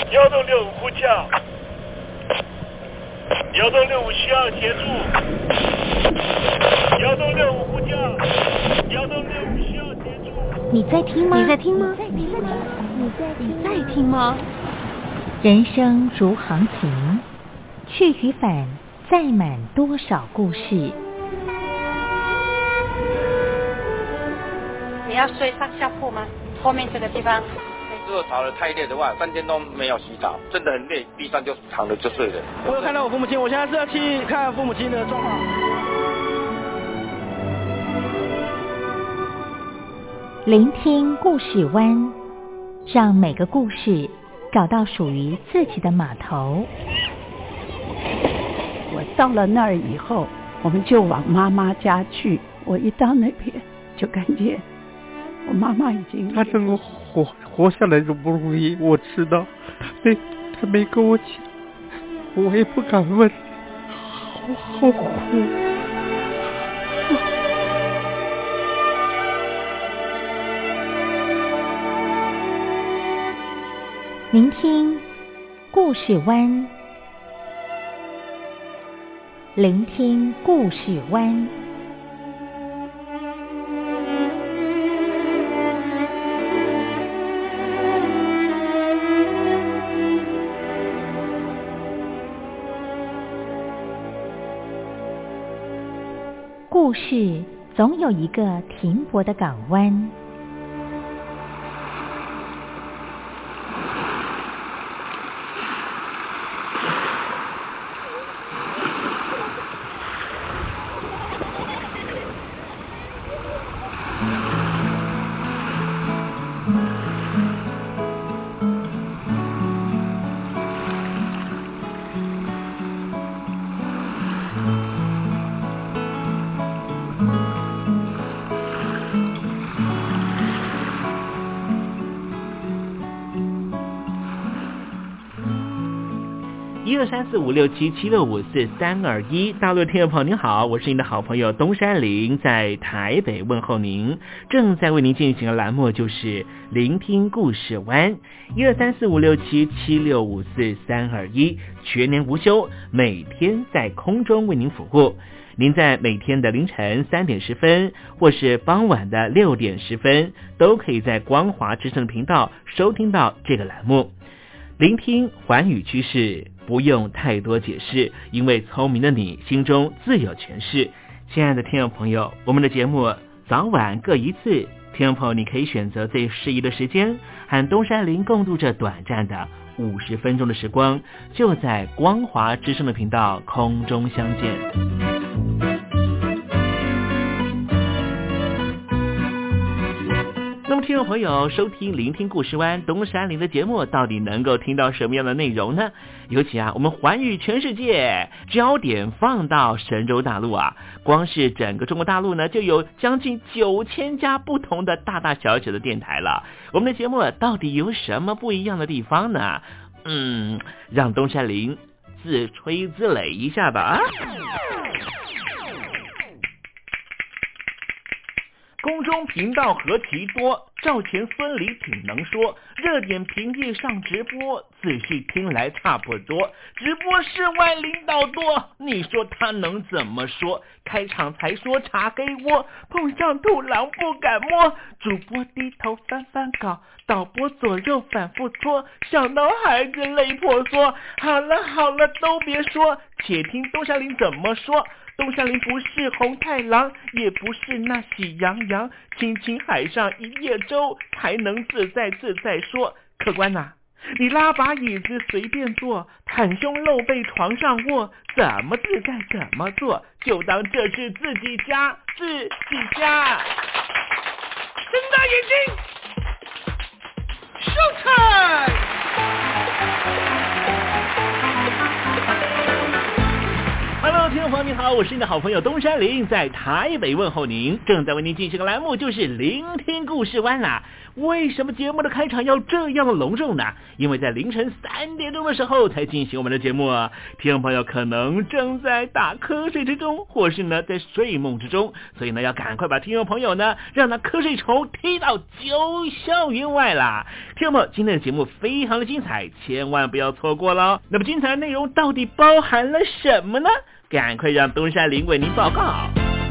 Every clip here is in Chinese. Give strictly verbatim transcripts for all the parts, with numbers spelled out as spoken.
幺洞六五呼叫，幺洞六五需要协助，幺洞六五呼叫，幺洞六五需要协助。 你在听吗？ 你在听吗？ 你在听吗？ 你在你在听吗？ 人生如航行，去与返，载满多少故事。 你要睡上下铺吗？后面这个地方。 如果吵得太累的话，三天都没有洗澡，真的很累，地上就躺着就睡了。 我有看到我父母亲，我现在是要去看父母亲的状况。 聆听故事湾，让每个故事找到属于自己的码头。 我到了那儿以后，我们就往妈妈家去。我一到那边，就感觉我妈妈已经她能够活活下来就不容易，我知道，没她没跟我讲，我也不敢问，好好苦。 聆听故事湾，聆听故事湾。故事总有一个停泊的港湾。 一二三四五六七七六五四三二一，大陆的听众朋友您好，我是您的好朋友东山林，在台北问候您。正在为您进行的栏目就是聆听故事湾，一二三四五六七七六五四三二一，全年无休，每天在空中为您服务。您在每天的凌晨三点十分，或是傍晚的六点十分，都可以在光华之声的频道收听到这个栏目。聆听寰宇趋势，不用太多解释，因为聪明的你心中自有诠释。亲爱的听众朋友，我们的节目早晚各一次，听众朋友你可以选择最适宜的时间，和东山林共度这短暂的五十分钟的时光，就在光华之声的频道空中相见。那么听众朋友收听聆听故事湾东山林的节目，到底能够听到什么样的内容呢？尤其啊，我们寰宇全世界，焦点放到神州大陆啊，光是整个中国大陆呢，就有将近九千家不同的大大小小的电台了。我们的节目到底有什么不一样的地方呢？嗯，让东山林自吹自擂一下吧。空中频道何其多，赵钱孙李挺能说，热点平地上直播，仔细听来差不多。直播室外领导多，你说他能怎么说？开场才说茶黑窝，碰上土狼不敢摸。主播低头翻翻稿，导播左右反复搓，想到孩子泪婆娑。好了好了，都别说，且听东山林怎么说。东山林不是红太狼，也不是那喜羊羊，亲亲海上一叶舟，才能自在自在说。客官呐、啊，你拉把椅子随便坐，袒胸露背床上卧，怎么自在怎么做，就当这是自己家，自己家。睁大眼睛 ，Show time！Hello， 听众朋友你好，我是你的好朋友东山林，在台北问候您。正在为您进行的栏目就是聆听故事湾啦。为什么节目的开场要这样的隆重呢？因为在凌晨三点钟的时候才进行我们的节目啊，听众朋友可能正在打瞌睡之中，或是呢在睡梦之中，所以呢要赶快把听众朋友呢让那瞌睡虫踢到九霄云外啦。 听众朋友，今天的节目非常的精彩，千万不要错过了。那么精彩的内容到底包含了什么呢？赶快让东山林为您报告。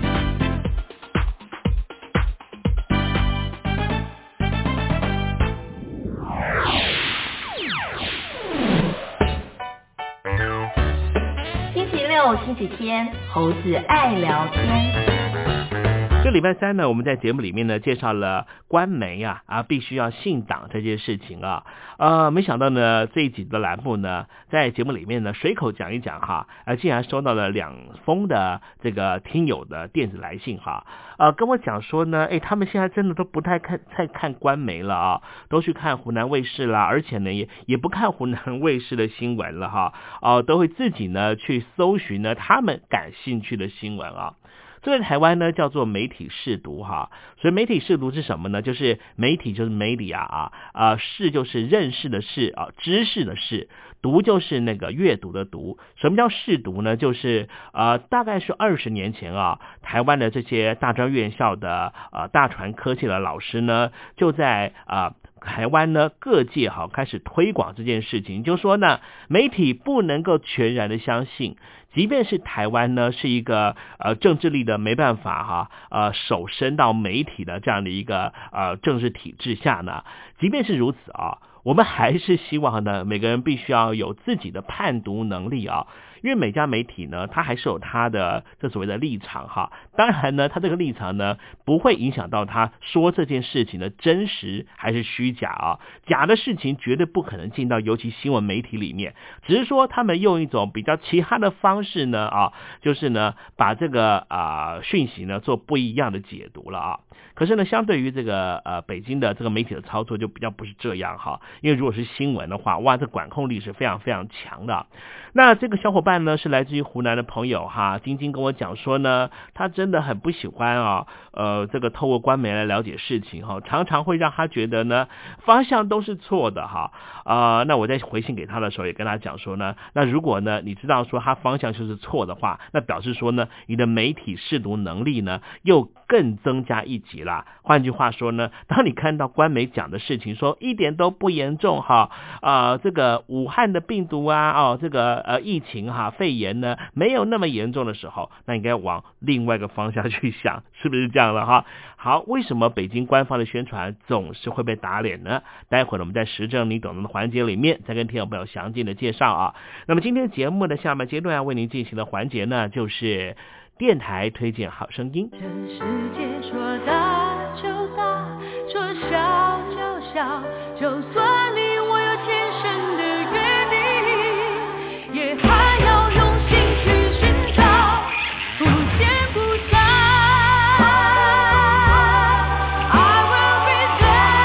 星期六、星期天，猴子爱聊天。 这礼拜三呢，我们在节目里面呢介绍了官媒啊啊必须要信党这件事情啊，呃，没想到呢这一集的栏目呢，在节目里面呢随口讲一讲哈，呃，竟然收到了两封的这个听友的电子来信哈，呃，跟我讲说呢，哎，他们现在真的都不太看太看官媒了啊，都去看湖南卫视啦，而且呢也也不看湖南卫视的新闻了哈，哦、呃，都会自己呢去搜寻呢他们感兴趣的新闻啊。这在台湾呢叫做媒体识读哈，所以媒体识读是什么呢？就是媒体就是 media 啊，啊识就是认识的识啊，知识的识，读就是那个阅读的读。什么叫识读呢？就是呃大概是二十年前啊，台湾的这些大专院校的呃大传科系的老师呢，就在啊。呃台湾呢各界哈开始推广这件事情，就说呢媒体不能够全然的相信，即便是台湾呢是一个呃政治力的没办法哈呃手伸到媒体的这样的一个呃政治体制下呢，即便是如此啊，我们还是希望呢每个人必须要有自己的判读能力啊。因为每家媒体呢，它还是有它的这所谓的立场哈。当然呢，它这个立场呢，不会影响到他说这件事情的真实还是虚假啊。假的事情绝对不可能进到尤其新闻媒体里面，只是说他们用一种比较其他的方式呢啊，就是呢把这个啊讯息呢做不一样的解读了啊。可是呢，相对于这个呃北京的这个媒体的操作就比较不是这样哈，因为如果是新闻的话，哇，这管控力是非常非常强的。那这个小伙伴呢是来自于湖南的朋友哈，晶晶跟我讲说呢，他真的很不喜欢啊，呃，这个透过官媒来了解事情哈，常常会让他觉得呢方向都是错的哈。啊、呃，那我在回信给他的时候也跟他讲说呢，那如果呢你知道说他方向就是错的话，那表示说呢你的媒体识读能力呢又更增加一级啦。换句话说呢，当你看到官媒讲的事情说一点都不严重哈，啊、呃，这个武汉的病毒啊，哦，这个呃疫情哈，肺炎呢没有那么严重的时候，那应该往另外一个方向去想，是不是这样了哈？好，为什么北京官方的宣传总是会被打脸呢？待会儿我们在时政你懂得的环节里面再跟听众朋友详尽的介绍啊。那么今天节目的下半阶段要为您进行的环节呢，就是电台推荐好声音。 这世界说大就大，说小就小，就算你我有天生的约定，也还要用心去寻找，不见不散。I will be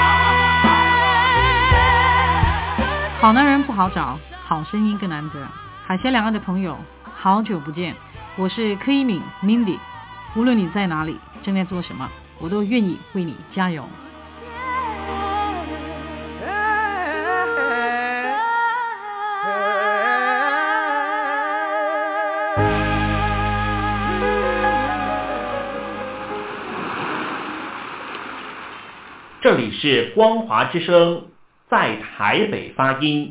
there。 好男人不好找，好声音更难得。海峡两岸的朋友，好久不见。我是柯一敏 Mindy， 无论你在哪里，正在做什么，我都愿意为你加油。 这里是光华之声，在台北发音。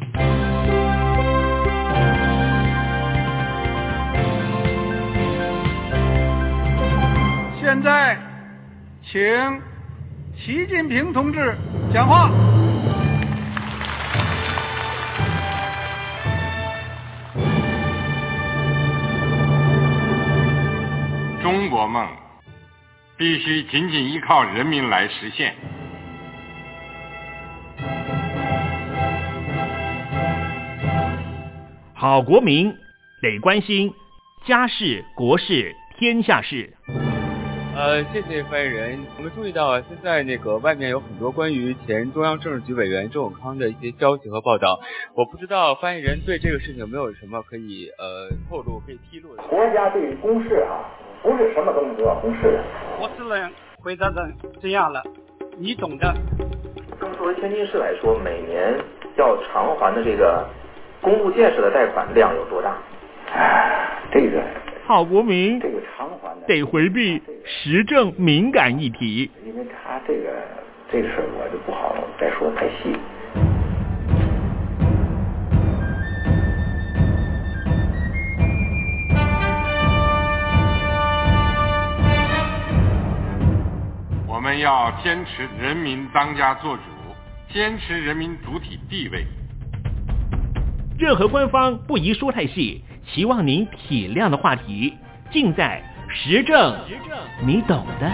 现在，请习近平同志讲话。 中国梦必须紧紧依靠人民来实现。 好国民得关心家事、国事、天下事。 呃，谢谢发言人。我们注意到啊，现在那个外面有很多关于前中央政治局委员周永康的一些消息和报道。我不知道发言人对这个事情有没有什么可以呃透露、可以披露的？ 国家对于公事啊，不是什么东西都要公示的。 我只能回答成这样了，你懂的。 那么作为天津市来说，每年要偿还的这个公路建设的贷款量有多大？哎，这个。 好国民这个偿还得回避时政敏感议题， 因为他这个这个事儿我就不好再说太细。 我们要坚持人民当家作主，坚持人民主体地位。 任何官方不宜说太细，希望您体谅的话题，尽在时政，你懂的。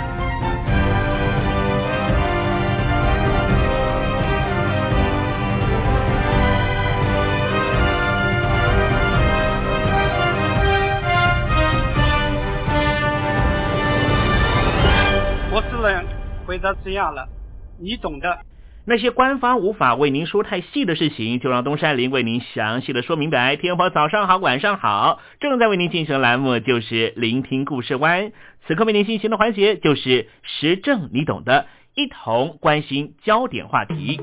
我只能回答这样了，你懂的。 那些官方无法为您说太细的事情，就让东山林为您详细的说明白。天婆早上好，晚上好，正在为您进行的栏目就是聆听故事湾，此刻为您进行的环节就是时政你懂的，一同关心焦点话题。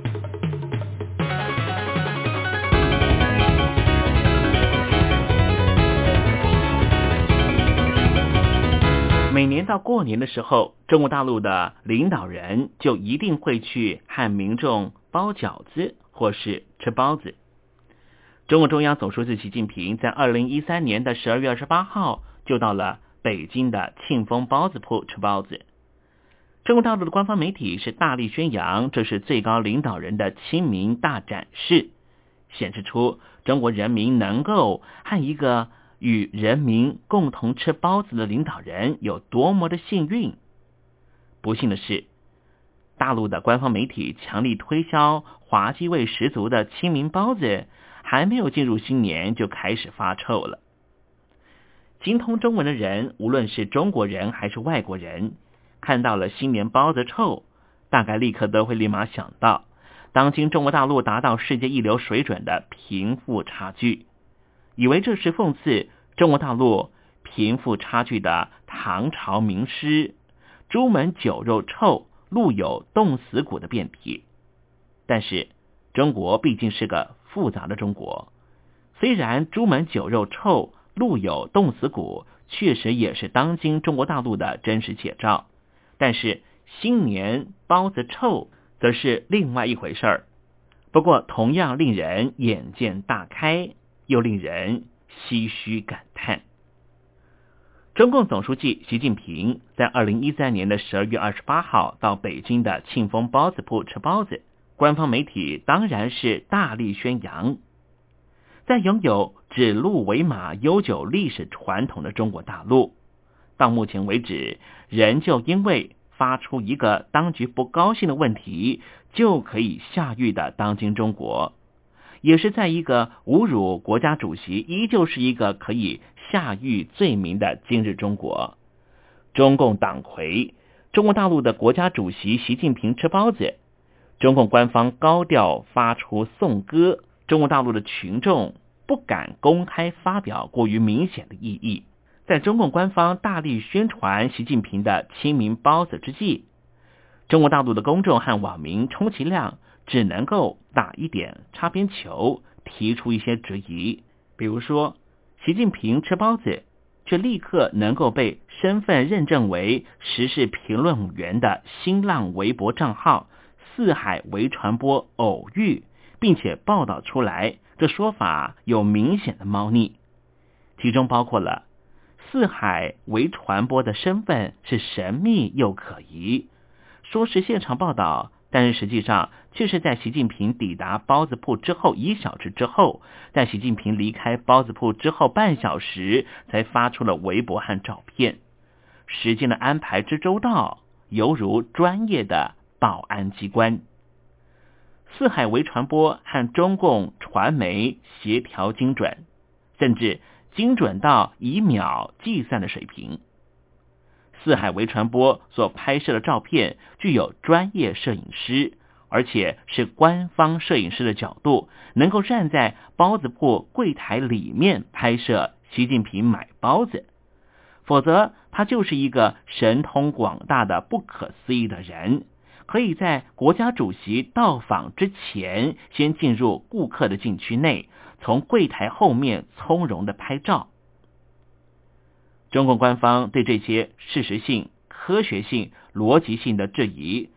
每年到过年的时候，中国大陆的领导人就一定会去和民众包饺子或是吃包子。中国中央总书记习近平在二零一三年的十二月二十八号就到了北京的庆丰包子铺吃包子。中国大陆的官方媒体是大力宣扬这是最高领导人的亲民大展示，显示出中国人民能够和一个与人民共同吃包子的领导人有多么的幸运。不幸的是，大陆的官方媒体强力推销滑稽味十足的亲民包子，还没有进入新年就开始发臭了。精通中文的人，无论是中国人还是外国人，看到了新年包子臭，大概立刻都会立马想到当今中国大陆达到世界一流水准的贫富差距，以为这是讽刺中国大陆贫富差距的唐朝名诗朱门酒肉臭，路有冻死骨的辩题。但是中国毕竟是个复杂的中国，虽然朱门酒肉臭，路有冻死骨确实也是当今中国大陆的真实写照，但是新年包子臭则是另外一回事儿。不过同样令人眼界大开，又令人唏嘘感叹。中共总书记习近平在二零一三年的十二月二十八号到北京的庆丰包子铺吃包子，官方媒体当然是大力宣扬。在拥有指鹿为马悠久历史传统的中国大陆，到目前为止仍旧因为发出一个当局不高兴的问题就可以下狱的当今中国，也是在一个侮辱国家主席依旧是一个可以下狱罪名的今日中国。中共党魁中国大陆的国家主席习近平吃包子，中共官方高调发出颂歌，中国大陆的群众不敢公开发表过于明显的异议。在中共官方大力宣传习近平的亲民包子之际，中国大陆的公众和网民充其量只能够打一点擦边球，提出一些质疑。比如说习近平吃包子，却立刻能够被身份认证为时事评论员的新浪微博账号四海微传播偶遇，并且报道出来，这说法有明显的猫腻。其中包括了四海微传播的身份是神秘又可疑，说是现场报道，但是实际上却是在习近平抵达包子铺之后一小时之后，在习近平离开包子铺之后半小时才发出了微博和照片。时间的安排之周到，犹如专业的保安机关。四海微传播和中共传媒协调精准，甚至精准到以秒计算的水平。四海微传播所拍摄的照片具有专业摄影师，而且是官方摄影师的角度，能够站在包子铺柜台里面拍摄习近平买包子，否则他就是一个神通广大的不可思议的人，可以在国家主席到访之前先进入顾客的禁区内，从柜台后面从容的拍照。中共官方对这些事实性、科学性、逻辑性的质疑，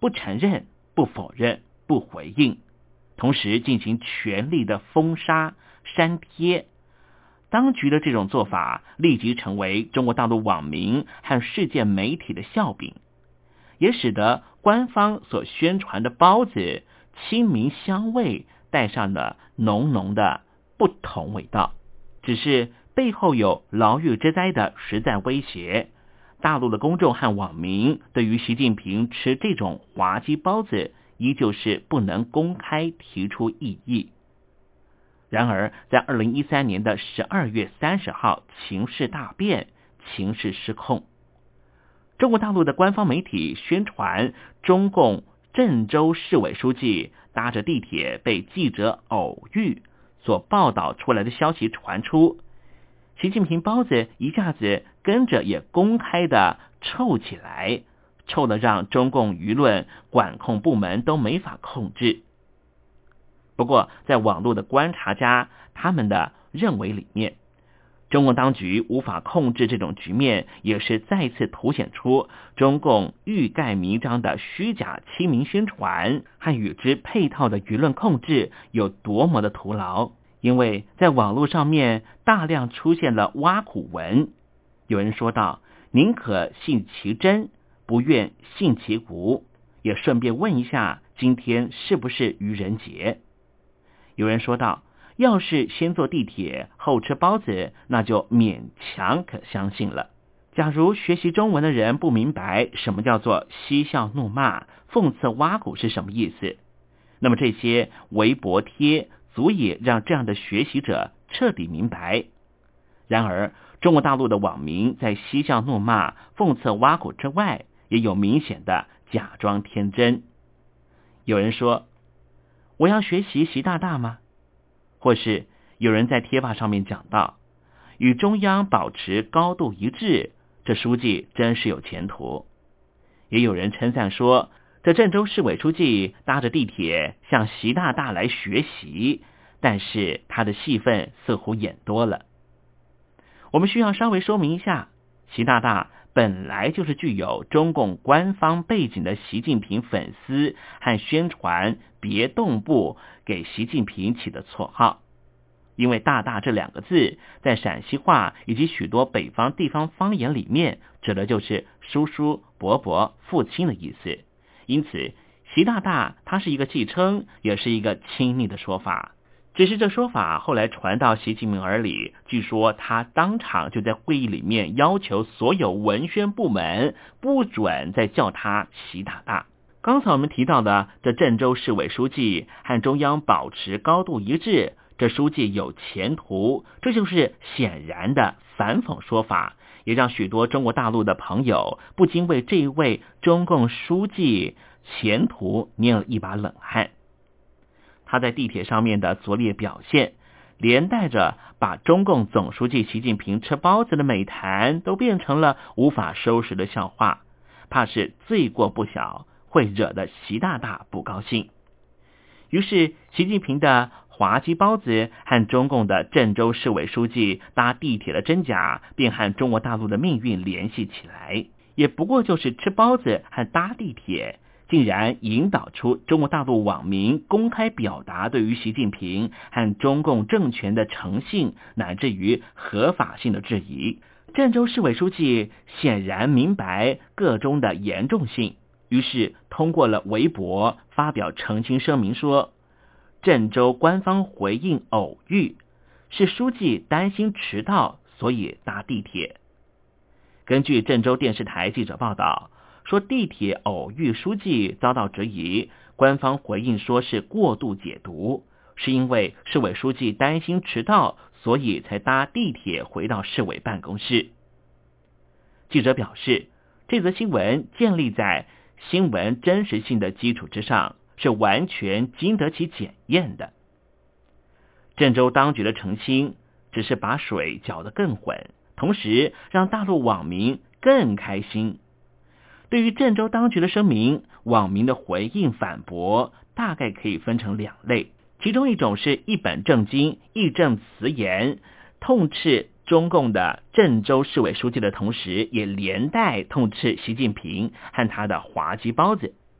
不承认、不否认、不回应，同时进行全力的封杀、删帖。当局的这种做法立即成为中国大陆网民和世界媒体的笑柄，也使得官方所宣传的包子亲民香味带上了浓浓的不同味道。只是背后有牢狱之灾的实在威胁，大陆的公众和网民对于习近平吃这种滑稽包子依旧是不能公开提出异议。然而在二零一三年的十二月三十号，情势大变，情势失控。中国大陆的官方媒体宣传中共郑州市委书记搭着地铁被记者偶遇所报道出来的消息传出，习近平包子一下子跟着也公开的臭起来，臭得让中共舆论管控部门都没法控制。不过在网络的观察家他们的认为里面，中共当局无法控制这种局面，也是再次凸显出中共欲盖弥彰的虚假亲民宣传和与之配套的舆论控制有多么的徒劳。因为在网络上面大量出现了挖苦文，有人说道，宁可信其真，不愿信其无，也顺便问一下今天是不是愚人节。有人说道，要是先坐地铁后吃包子，那就勉强可相信了。假如学习中文的人不明白什么叫做嬉笑怒骂、讽刺挖苦是什么意思，那么这些微博贴足以让这样的学习者彻底明白。然而中国大陆的网民在嬉笑怒骂、讽刺挖苦之外，也有明显的假装天真。有人说，我要学习习大大吗？或是有人在贴吧上面讲到，与中央保持高度一致，这书记真是有前途。也有人称赞说，这郑州市委书记搭着地铁向习大大来学习，但是他的戏份似乎演多了。我们需要稍微说明一下，习大大本来就是具有中共官方背景的习近平粉丝和宣传别动部给习近平起的绰号。因为大大这两个字在陕西话以及许多北方地方方言里面指的就是叔叔、伯伯、父亲的意思，因此习大大他是一个戏称，也是一个亲昵的说法。只是这说法后来传到习近平耳里，据说他当场就在会议里面要求所有文宣部门不准再叫他习大大。刚才我们提到的这郑州市委书记和中央保持高度一致，这书记有前途，这就是显然的反讽说法，也让许多中国大陆的朋友不禁为这一位中共书记前途捏了一把冷汗。他在地铁上面的拙劣表现，连带着把中共总书记习近平吃包子的美谈都变成了无法收拾的笑话，怕是罪过不小，会惹得习大大不高兴。于是习近平的滑稽包子和中共的郑州市委书记搭地铁的真假便和中国大陆的命运联系起来，也不过就是吃包子和搭地铁，竟然引导出中国大陆网民公开表达对于习近平和中共政权的诚信乃至于合法性的质疑。郑州市委书记显然明白个中的严重性，于是通过了微博发表澄清声明说，郑州官方回应偶遇，是书记担心迟到所以搭地铁。根据郑州电视台记者报道说，地铁偶遇书记遭到质疑，官方回应说是过度解读，是因为市委书记担心迟到，所以才搭地铁回到市委办公室。记者表示，这则新闻建立在新闻真实性的基础之上，是完全经得起检验的。郑州当局的澄清只是把水搅得更浑，同时让大陆网民更开心。对于郑州当局的声明，网民的回应反驳大概可以分成两类，其中一种是一本正经、义正辞严痛斥中共的郑州市委书记的同时，也连带痛斥习近平和他的滑稽包子。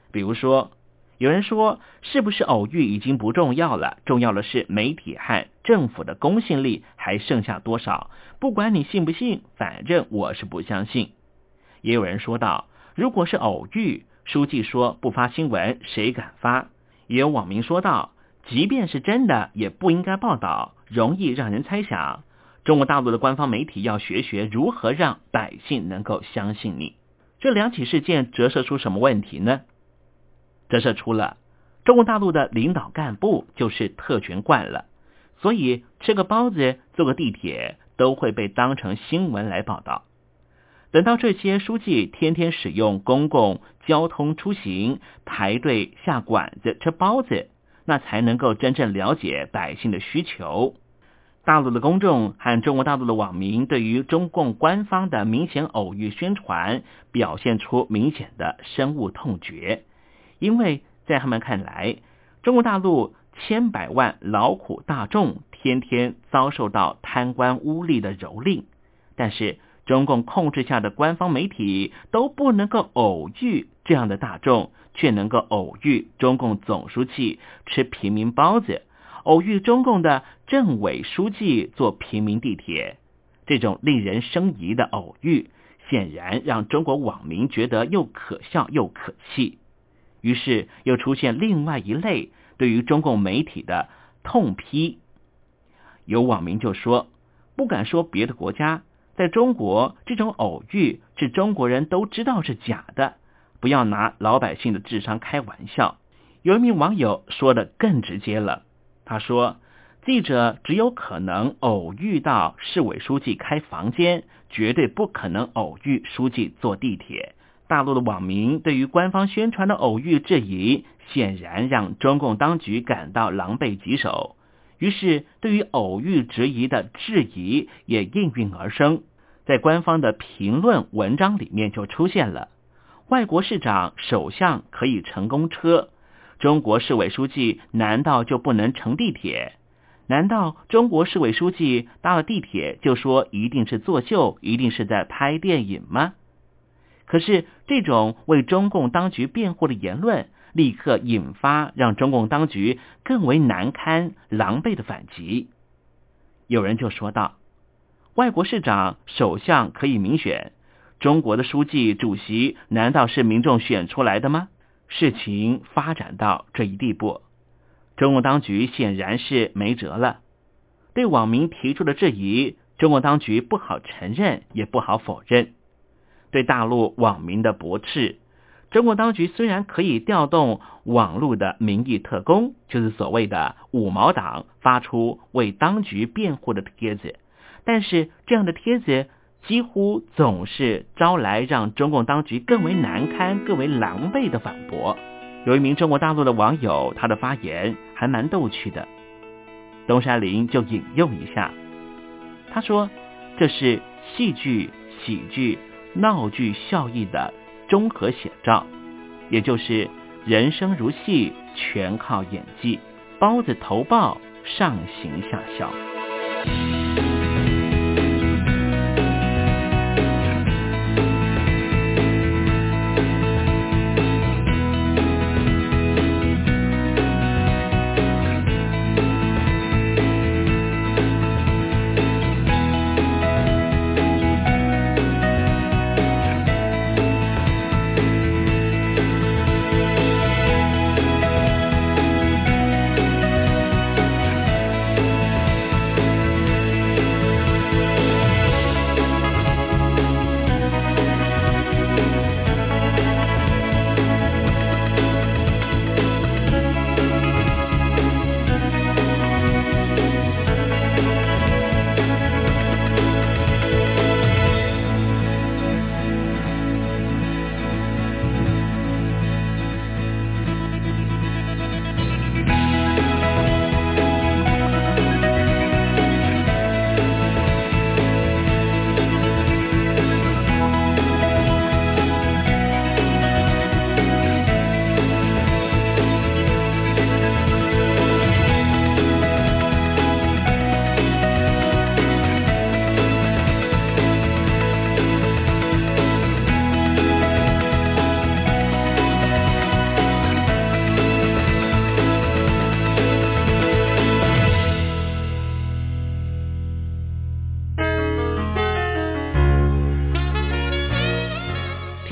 比如说，有人说是不是偶遇已经不重要了，重要的是媒体和政府的公信力还剩下多少，不管你信不信，反正我是不相信。也有人说到，如果是偶遇，书记说不发新闻，谁敢发？也有网民说到，即便是真的，也不应该报道，容易让人猜想。中国大陆的官方媒体要学学如何让百姓能够相信你。这两起事件折射出什么问题呢？折射出了中国大陆的领导干部就是特权惯了，所以吃个包子坐个地铁都会被当成新闻来报道。等到这些书记天天使用公共交通出行，排队下馆子吃包子，那才能够真正了解百姓的需求。大陆的公众和中国大陆的网民对于中共官方的明显偶遇宣传表现出明显的深恶痛绝，因为在他们看来，中国大陆千百万劳苦大众天天遭受到贪官污吏的蹂躏，但是中共控制下的官方媒体都不能够偶遇这样的大众，却能够偶遇中共总书记吃平民包子，偶遇中共的政委书记坐平民地铁。这种令人生疑的偶遇，显然让中国网民觉得又可笑又可气。于是又出现另外一类对于中共媒体的痛批。有网民就说，不敢说别的国家，在中国这种偶遇是中国人都知道是假的，不要拿老百姓的智商开玩笑。有一名网友说的更直接了，他说，记者只有可能偶遇到市委书记开房间，绝对不可能偶遇书记坐地铁。大陆的网民对于官方宣传的偶遇质疑，显然让中共当局感到狼狈棘手，于是对于偶遇质疑的质疑也应运而生，在官方的评论文章里面就出现了，外国市长首相可以乘公车，中国市委书记难道就不能乘地铁？难道中国市委书记搭了地铁就说一定是作秀，一定是在拍电影吗？可是这种为中共当局辩护的言论，立刻引发让中共当局更为难堪、狼狈的反击。有人就说道，外国市长、首相可以民选，中国的书记、主席难道是民众选出来的吗？事情发展到这一地步，中共当局显然是没辙了。对网民提出的质疑，中共当局不好承认，也不好否认。对大陆网民的驳斥，中国当局虽然可以调动网络的民意特工，就是所谓的五毛党，发出为当局辩护的帖子，但是这样的帖子几乎总是招来让中共当局更为难堪、更为狼狈的反驳。有一名中国大陆的网友，他的发言还蛮逗趣的，东山林就引用一下，他说，这是戏剧、喜剧、闹剧效益的综合写照，也就是人生如戏，全靠演技，包子头爆，上行下效。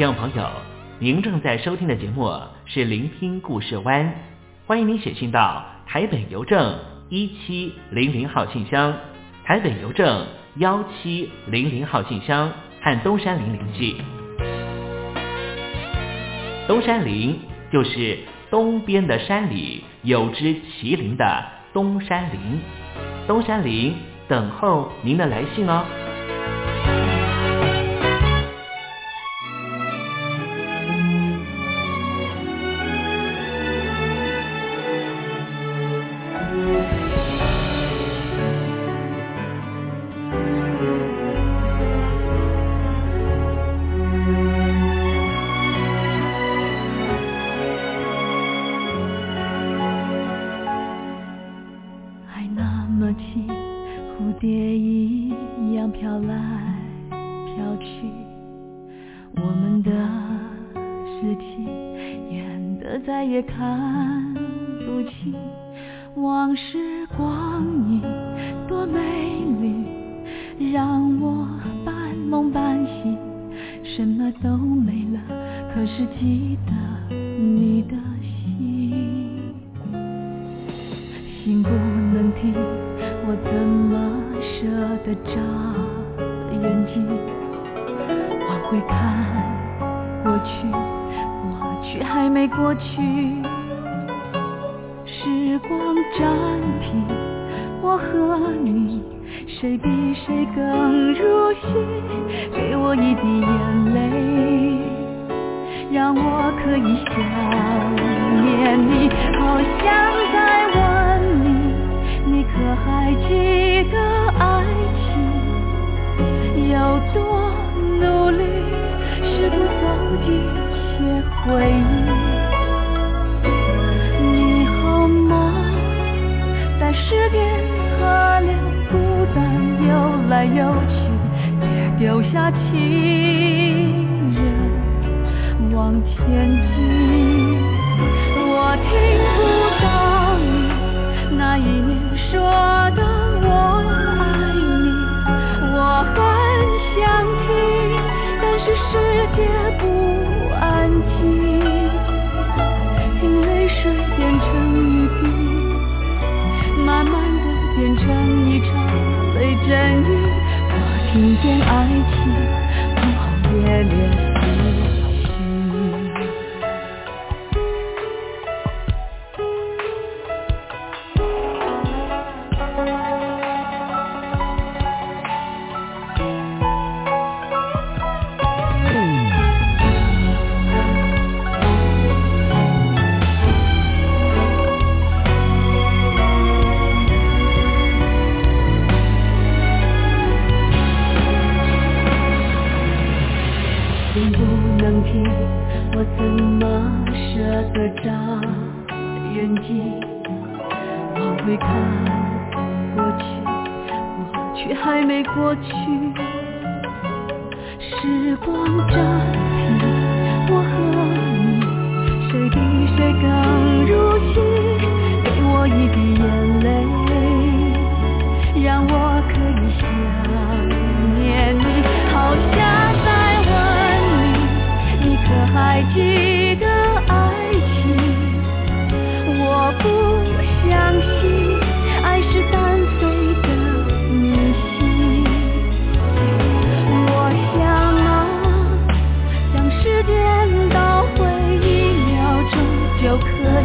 听众朋友，您正在收听的节目是聆听故事湾，欢迎您写信到台北邮政一七零零号信箱，台北邮政一七零零号信箱和东山林联系。东山林就是东边的山里有只麒麟的东山林，东山林等候您的来信哦。 就可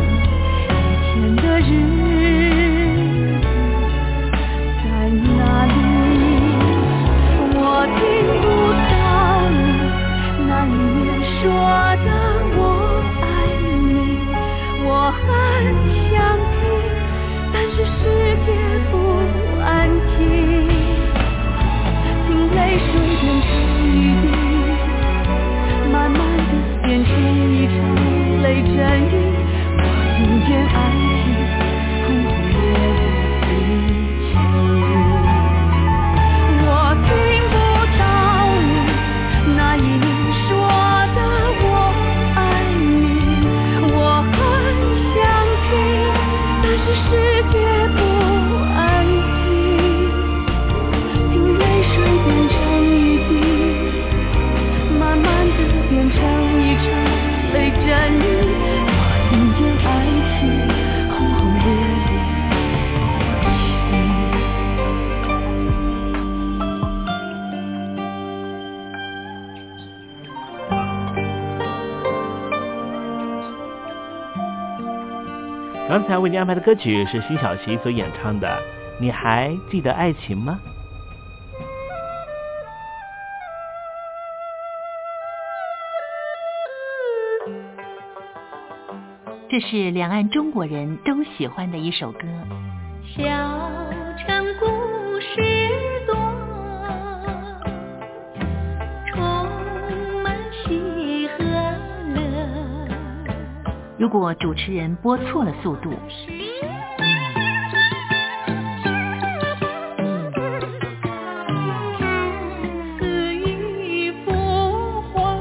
刚才为您安排的歌曲是辛晓琪所演唱的《你还记得爱情吗》。 这是两岸中国人都喜欢的一首歌。 小城故事多，充满喜和乐。 如果主持人播错了速度， 似一幅画，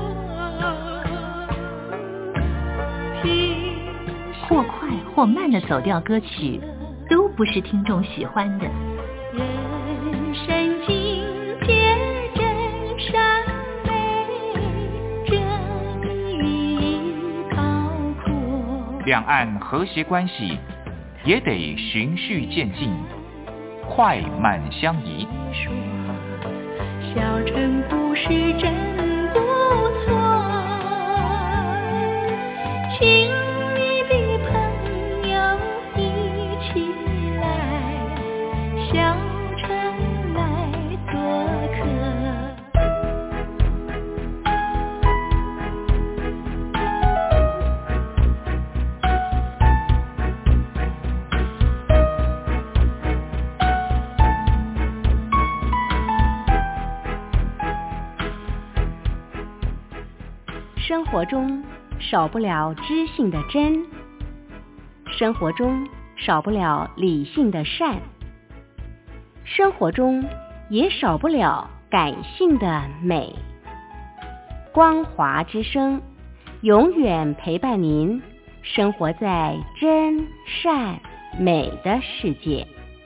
或快或慢的走调歌曲都不是听众喜欢的。 人生境界真善美，正义高阔。 两岸和谐关系也得循序渐进，快慢相宜。 小城故事真不错，请你的朋友一起来，小城来做客。 生活中少不了知性的真，生活中少不了理性的善，生活中也少不了感性的美。光华之声永远陪伴您，生活在真善美的世界。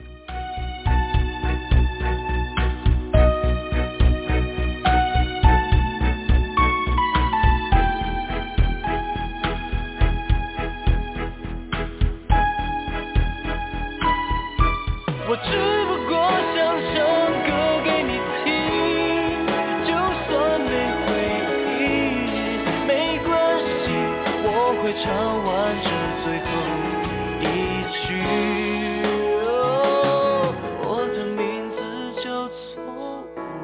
我只不过想唱歌给你听，就算没回应没关系，我会唱完这最后一句。哦，我的名字叫错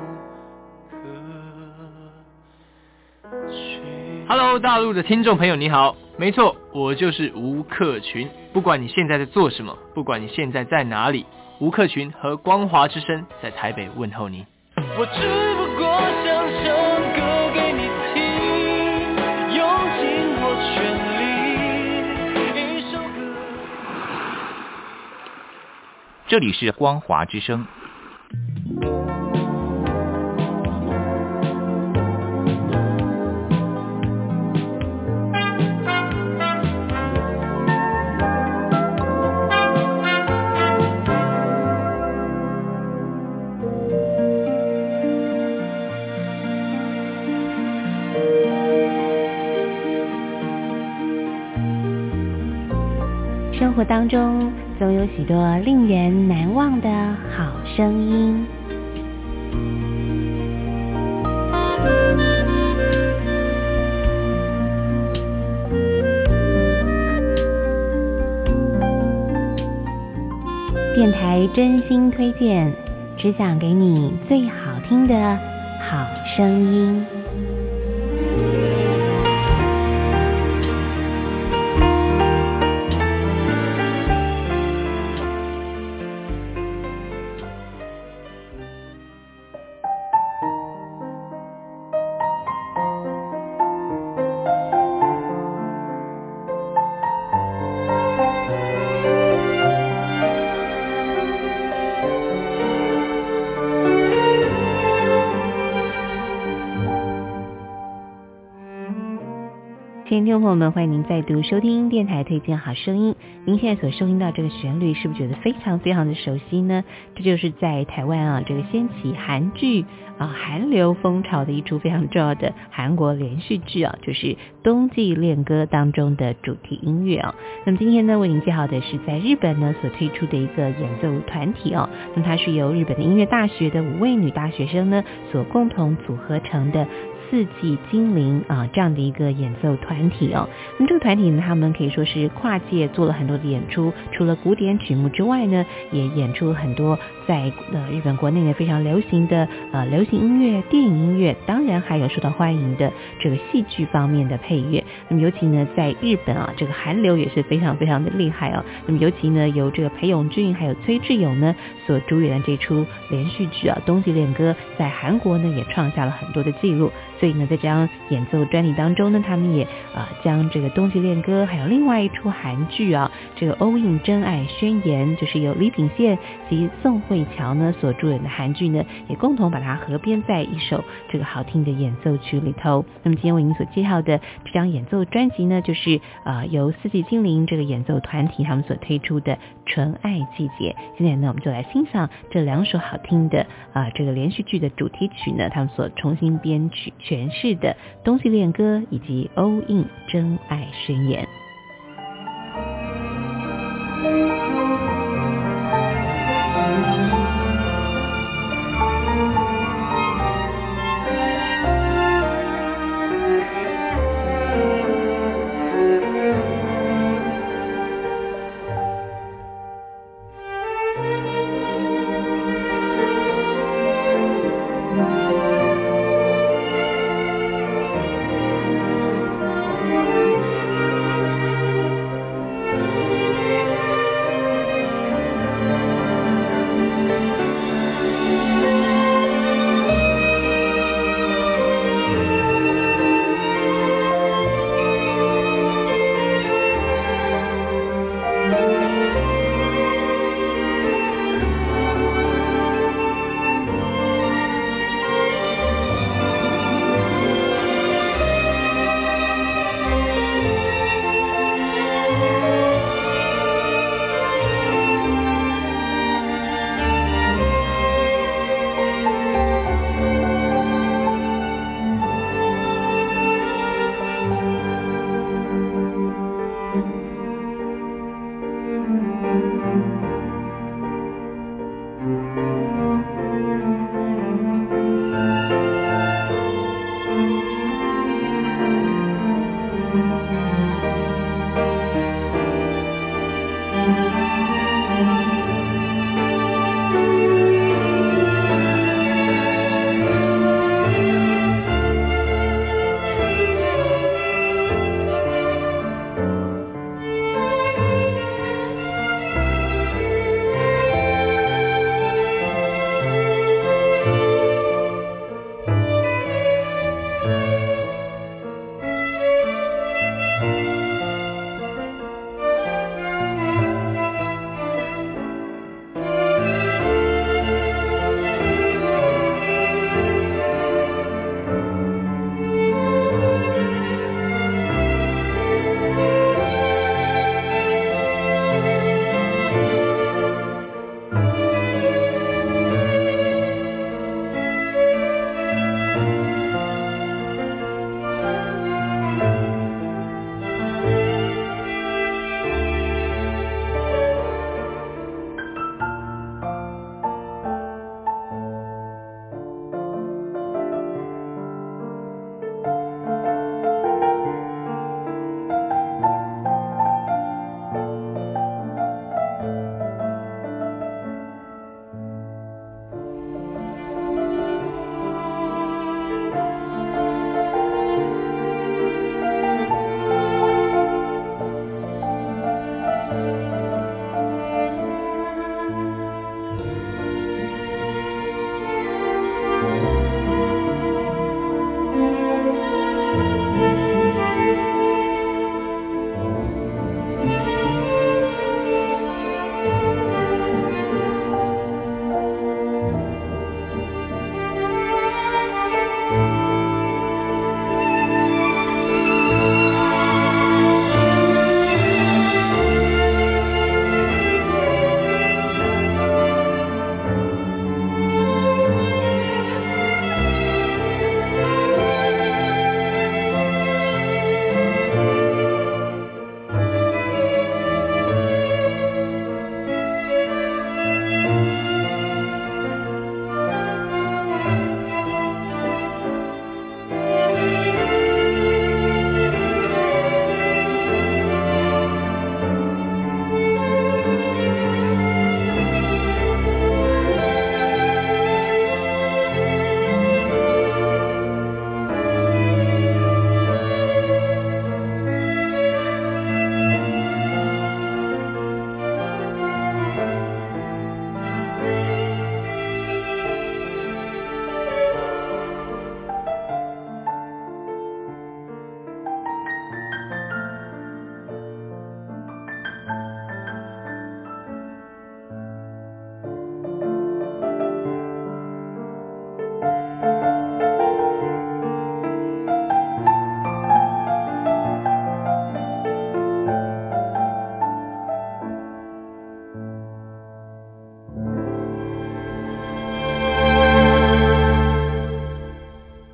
误歌曲。 Hello， 大陆的听众朋友你好，没错，我就是吴克群。不管你现在在做什么，不管你现在在哪里，吴克群和光华之声在台北问候您。 我只不过想唱歌给你听，用尽我全力，一首歌。 这里是光华之声。 生活当中总有许多令人难忘的好声音。电台真心推荐，只想给你最好听的好声音。听众朋友们，欢迎您再度收听电台推荐好声音。您现在所收听到这个旋律，是不是觉得非常非常的熟悉呢？这就是在台湾啊，这个掀起韩剧啊韩流风潮的一出非常重要的韩国连续剧啊，就是《冬季恋歌》当中的主题音乐啊。那么今天呢，为您介绍的是在日本呢所推出的一个演奏团体啊，那么它是由日本的音乐大学的五位女大学生呢所共同组合成的四季精灵啊这样的一个演奏团体哦。那么这个团体呢，他们可以说是跨界做了很多的演出，除了古典曲目之外呢，也演出很多在呃日本国内呢非常流行的呃流行音乐、电影音乐，当然还有受到欢迎的这个戏剧方面的配乐。那么尤其呢，在日本啊，这个韩流也是非常非常的厉害哦。那么尤其呢，由这个裴勇俊还有崔智友呢所主演的这出连续剧啊《冬季恋歌》，在韩国呢也创下了很多的记录。所以呢，在这张演奏专辑当中呢，他们也啊、呃、将这个《冬季恋歌》还有另外一出韩剧啊，这个《欧印真爱宣言》，就是由李秉宪及宋慧乔呢所主演的韩剧呢，也共同把它合编在一首这个好听的演奏曲里头。那么今天为您所介绍的这张演奏专辑呢，就是呃由四季精灵这个演奏团体他们所推出的《纯爱季节》。现在呢，我们就来欣赏这两首好听的啊、呃、这个连续剧的主题曲呢，他们所重新编曲诠释的《冬季恋歌》以及《欧印真爱宣言》。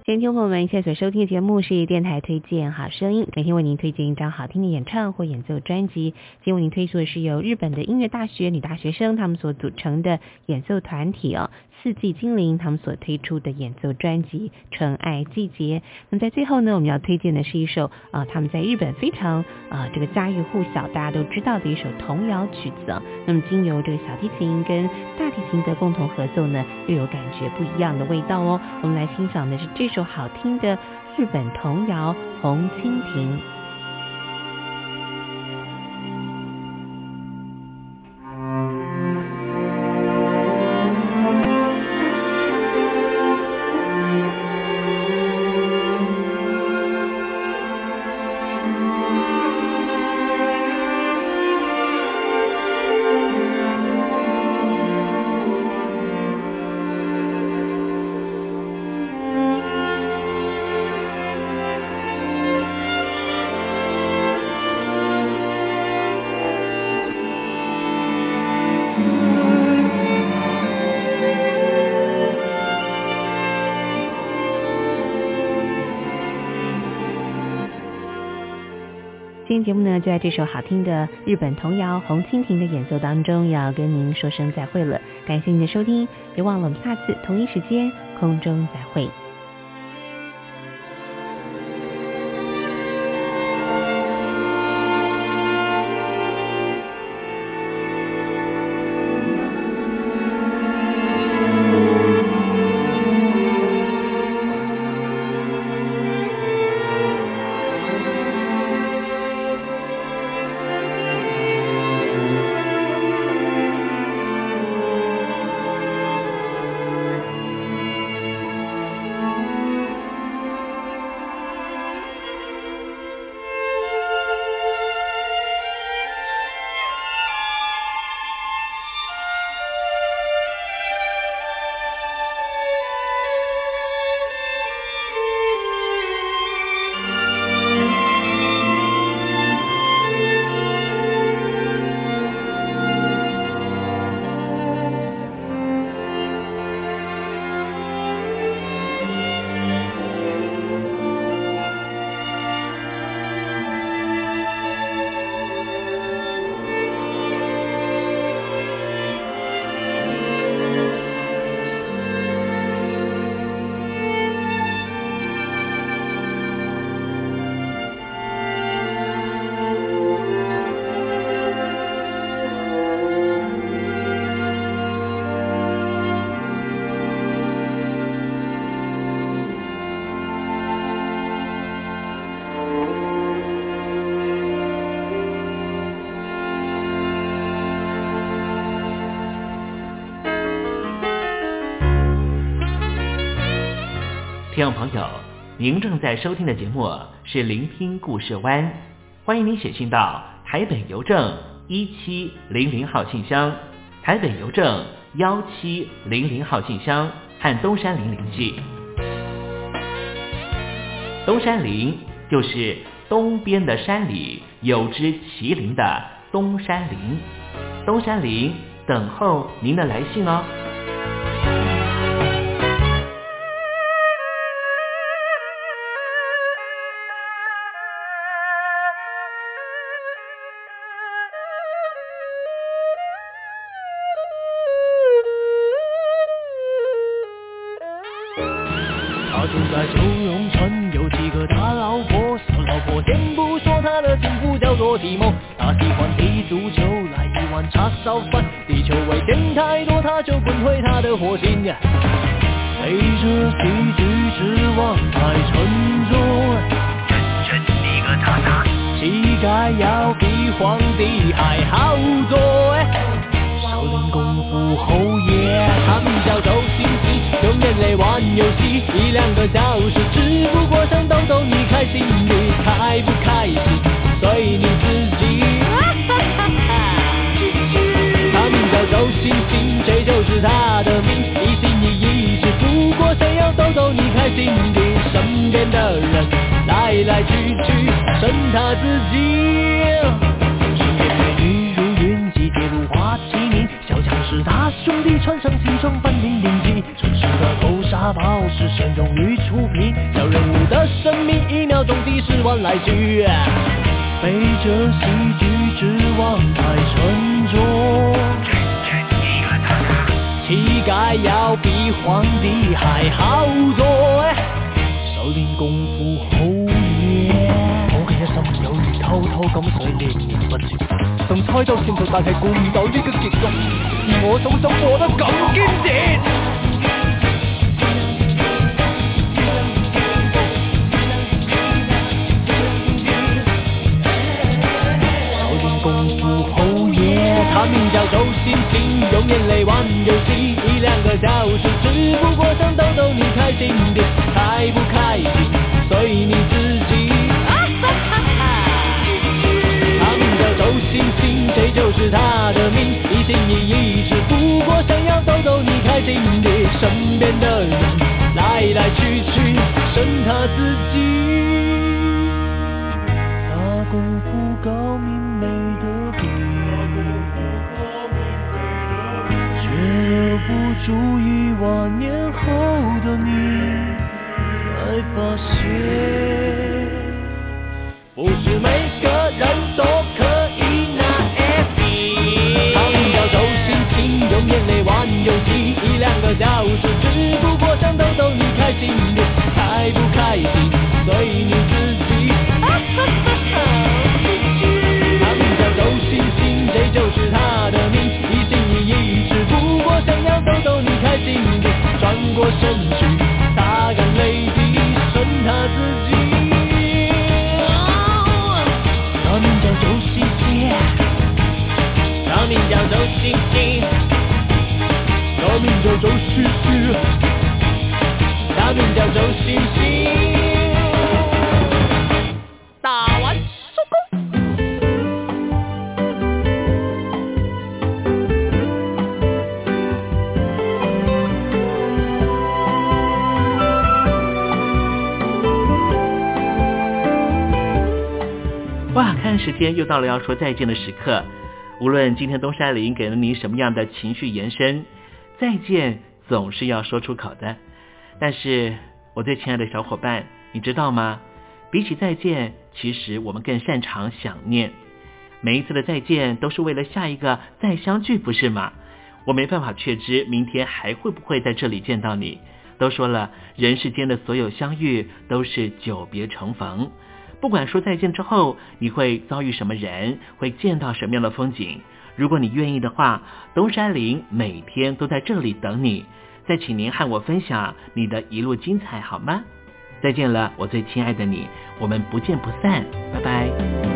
听众朋友们，现在所收听的节目是电台推荐好声音，每天为您推荐一张好听的演唱或演奏专辑。今天为您推出的是由日本的音乐大学女大学生他们所组成的演奏团体哦，四季精灵他们所推出的演奏专辑《纯爱季节》。那么在最后呢，我们要推荐的是一首啊、呃，他们在日本非常啊、呃、这个家喻户晓，大家都知道的一首童谣曲子啊。那么经由这个小提琴跟大提琴的共同合奏呢，又有感觉不一样的味道哦。我们来欣赏的是这首好听的日本童谣《红蜻蜓》。今天节目呢，就在这首好听的日本童谣《红蜻蜓》的演奏当中，要跟您说声再会了。感谢您的收听，别忘了我们下次同一时间空中再会。 听众朋友，您正在收听的节目是聆听故事湾，欢迎您写信到台北邮政一七零零号信箱，台北邮政幺七零零号信箱和东山林邻居。东山林就是东边的山里有只麒麟的东山林，东山林等候您的来信哦。 他住在九龙村，有几个大老婆，小老婆先不说他的情妇叫做提莫，他喜欢踢足球，来一碗叉烧饭，地球危险太多，他就滚回他的火星。陪着戏剧之王太沉重，真真你个渣渣，膝盖要比皇帝还好做。少林功夫后爷，他们叫周星驰，用眼泪玩游戏，一两个小时，只不过想逗逗你开心，你开不开心随你自己。他们叫周星星，这就是他的命，一心一意只不过想要逗逗你开心的，身边的人来来去去，剩他自己。身边美女如云，集铁路花麒麟，小强是他兄弟，穿上西装扮零零七，城市的头纱大炮是神勇于出品，小人物的生命一秒钟几十万来句，背着戏剧之王太沉重，乞丐要比皇帝还好做，少年功夫好嘢。我嘅一心有如偷偷咁水連綿不絕，曾猜到前途但係估唔到呢個結局，而我手手過得咁堅決。少年功夫好嘢，他名叫周星星，用眼淚玩遊戲，一兩個小時，只不過想逗逗你開心點，開不開心隨你自己。周星星，这就是他的命，一心一意，只不过想要逗逗你开心的，身边的人来来去去，剩他自己。他功夫高明没得比，却不足以万年后的你才发现，不是每个人都可以拿 F B。 他名叫周星星，用眼泪玩游戏，一两个小时，只不过想逗逗你开心点，开不开心随你自己。他名叫周星星，这就是他的命，一心一意，只不过想要逗逗你开心点，转过身去擦干泪滴，剩他自己。他名叫周星星，他名叫周星星，他名叫周星星，他名叫周星星。打完收工。 哇，看时间又到了要说再见的时刻，无论今天东山林给了你什么样的情绪延伸，再见总是要说出口的。但是我最亲爱的小伙伴，你知道吗？比起再见，其实我们更擅长想念。每一次的再见都是为了下一个再相聚，不是吗？我没办法确知明天还会不会在这里见到你。都说了，人世间的所有相遇都是久别重逢。不管说再见之后你会遭遇什么人，会见到什么样的风景，如果你愿意的话，东山林每天都在这里等你，再请您和我分享你的一路精彩好吗？再见了，我最亲爱的你，我们不见不散，拜拜。